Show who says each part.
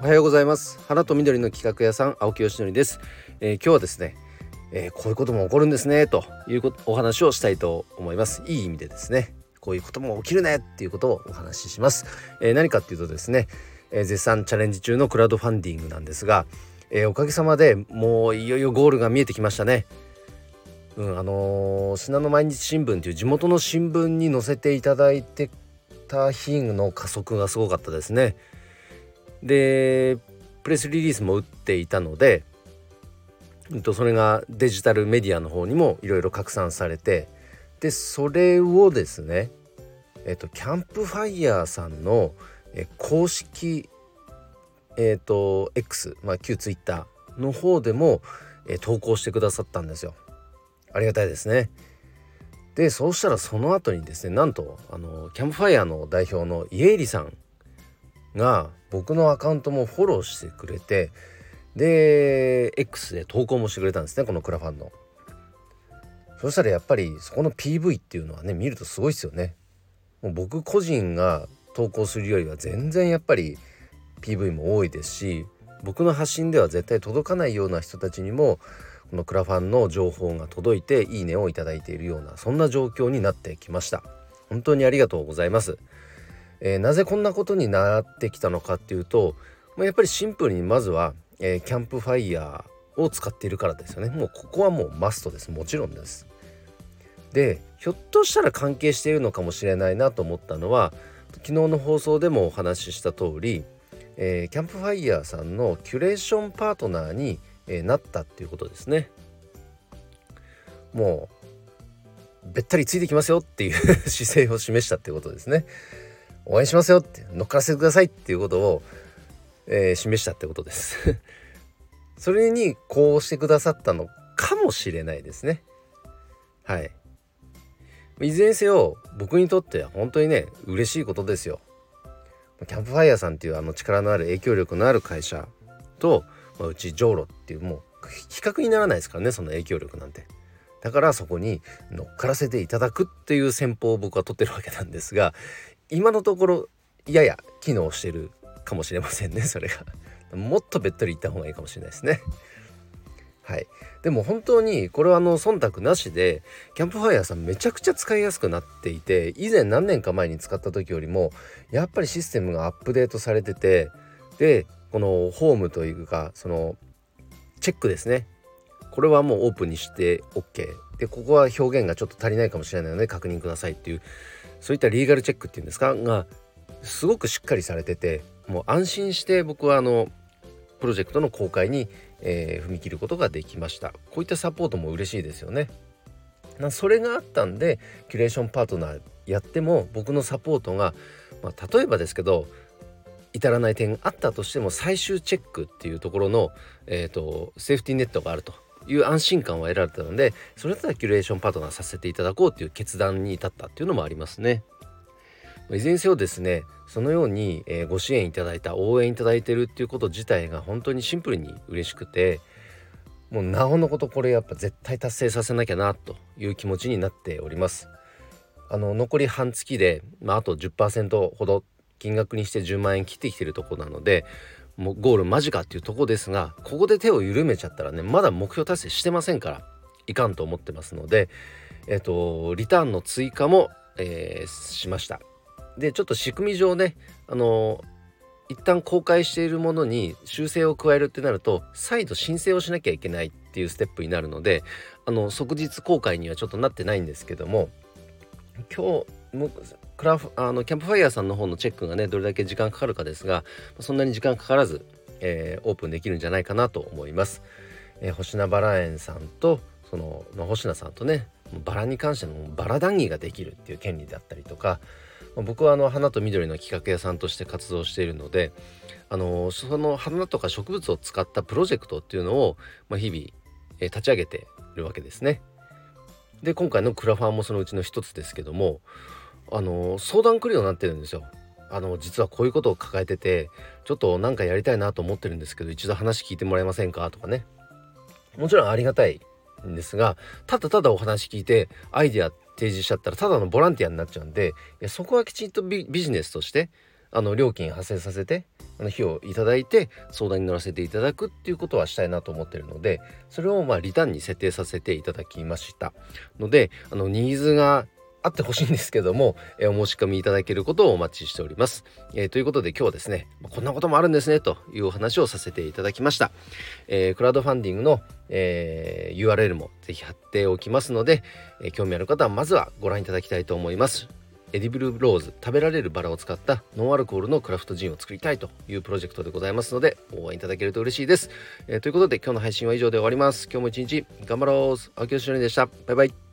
Speaker 1: おはようございます。花と緑の企画屋さん、青木よしのりです。今日はですね、こういうことも起こるんですねというお話をしたいと思います。いい意味でですね、こういうことも起きるねっていうことをお話しします。何かっていうとですね、絶賛チャレンジ中のクラウドファンディングなんですが、おかげさまでもういよいよゴールが見えてきましたね。信濃毎日新聞という地元の新聞に載せていただいてた日の加速がすごかったですね。でプレスリリースも打っていたので、それがデジタルメディアの方にもいろいろ拡散されて、でそれをですね、キャンプファイヤーさんの公式X、旧ツイッターの方でも投稿してくださったんですよ。ありがたいですね。でそうしたらその後にですね、なんとキャンプファイヤーの代表の家入さんが僕のアカウントもフォローしてくれて、で X で投稿もしてくれたんですね、このクラファンの。そしたらやっぱりそこの PV っていうのはね、見るとすごいですよね。もう僕個人が投稿するよりは全然やっぱり PV も多いですし、僕の発信では絶対届かないような人たちにもこのクラファンの情報が届いていいねをいただいているような、そんな状況になってきました。本当にありがとうございます。なぜこんなことになってきたのかっていうと、やっぱりシンプルにまずは、キャンプファイヤーを使っているからですよね。もうここはもうマストです。もちろんです。でひょっとしたら関係しているのかもしれないなと思ったのは、昨日の放送でもお話しした通り、キャンプファイヤーさんのキュレーションパートナーに、なったっていうことですね。もうべったりついてきますよっていう姿勢を示したっていうことですね。応援しますよって、乗っからせてくださいっていうことを、示したってことですそれにこうしてくださったのかもしれないですね。はい。いずれにせよ僕にとっては本当にね、嬉しいことですよ。キャンプファイヤーさんっていう力のある影響力のある会社と、うちジョーロっていう、もう比較にならないですからね、その影響力なんて。だからそこに乗っからせていただくっていう戦法を僕は取ってるわけなんですが、今のところやや機能してるかもしれませんね。それがもっとべったりいった方がいいかもしれないですね。はい。でも本当にこれは忖度なしでキャンプファイヤーさんめちゃくちゃ使いやすくなっていて、以前何年か前に使った時よりもやっぱりシステムがアップデートされてて、でこのホームというか、そのチェックですね、これはもうオープンにして OK で、ここは表現がちょっと足りないかもしれないので確認くださいっていう、そういったリーガルチェックっていうんですかがすごくしっかりされてて、もう安心して僕はプロジェクトの公開に、踏み切ることができました。こういったサポートも嬉しいですよね。それがあったんで、キュレーションパートナーやっても僕のサポートが、例えばですけど至らない点があったとしても最終チェックっていうところの、セーフティーネットがあるという安心感を得られたので、それだったらキュレーションパートナーさせていただこうという決断に至ったっていうのもありますね。いずれにせよですね、そのように、ご支援いただいた、応援いただいてるっていうこと自体が本当にシンプルに嬉しくて、もうなおのことこれやっぱ絶対達成させなきゃなという気持ちになっております。残り半月で、あと 10% ほど金額にして10万円切ってきてるところなので、もうゴール間近っていうところですが、ここで手を緩めちゃったらね、まだ目標達成してませんからいかんと思ってますので、リターンの追加も、しました。でちょっと仕組み上ね、一旦公開しているものに修正を加えるってなると再度申請をしなきゃいけないっていうステップになるので、即日公開にはちょっとなってないんですけども、今日もキャンプファイヤーさんの方のチェックがね、どれだけ時間かかるかですが、そんなに時間かからず、オープンできるんじゃないかなと思います。星名バラ園さんと星名さんとね、バラに関してのバラ談義ができるっていう権利だったりとか、僕は花と緑の企画屋さんとして活動しているので、その花とか植物を使ったプロジェクトっていうのを、日々、立ち上げているわけですね。で今回のクラファンもそのうちの一つですけども、相談来るようになってるんですよ。実はこういうことを抱えてて、ちょっとなんかやりたいなと思ってるんですけど、一度話聞いてもらえませんかとかね。もちろんありがたいんですが、ただただお話聞いてアイデア提示しちゃったらただのボランティアになっちゃうんで、そこはきちんとビジネスとして料金発生させて費用いただいて相談に乗らせていただくっていうことはしたいなと思っているので、それをリターンに設定させていただきましたので、ニーズがあってほしいんですけども、お申し込みいただけることをお待ちしております。ということで今日はですね、こんなこともあるんですねというお話をさせていただきました。クラウドファンディングの、URL もぜひ貼っておきますので、興味ある方はまずはご覧いただきたいと思います。エディブルローズ、食べられるバラを使ったノンアルコールのクラフトジンを作りたいというプロジェクトでございますので、応援いただけると嬉しいです。ということで今日の配信は以上で終わります。今日も一日頑張ろう。青木よしのりでした。バイバイ。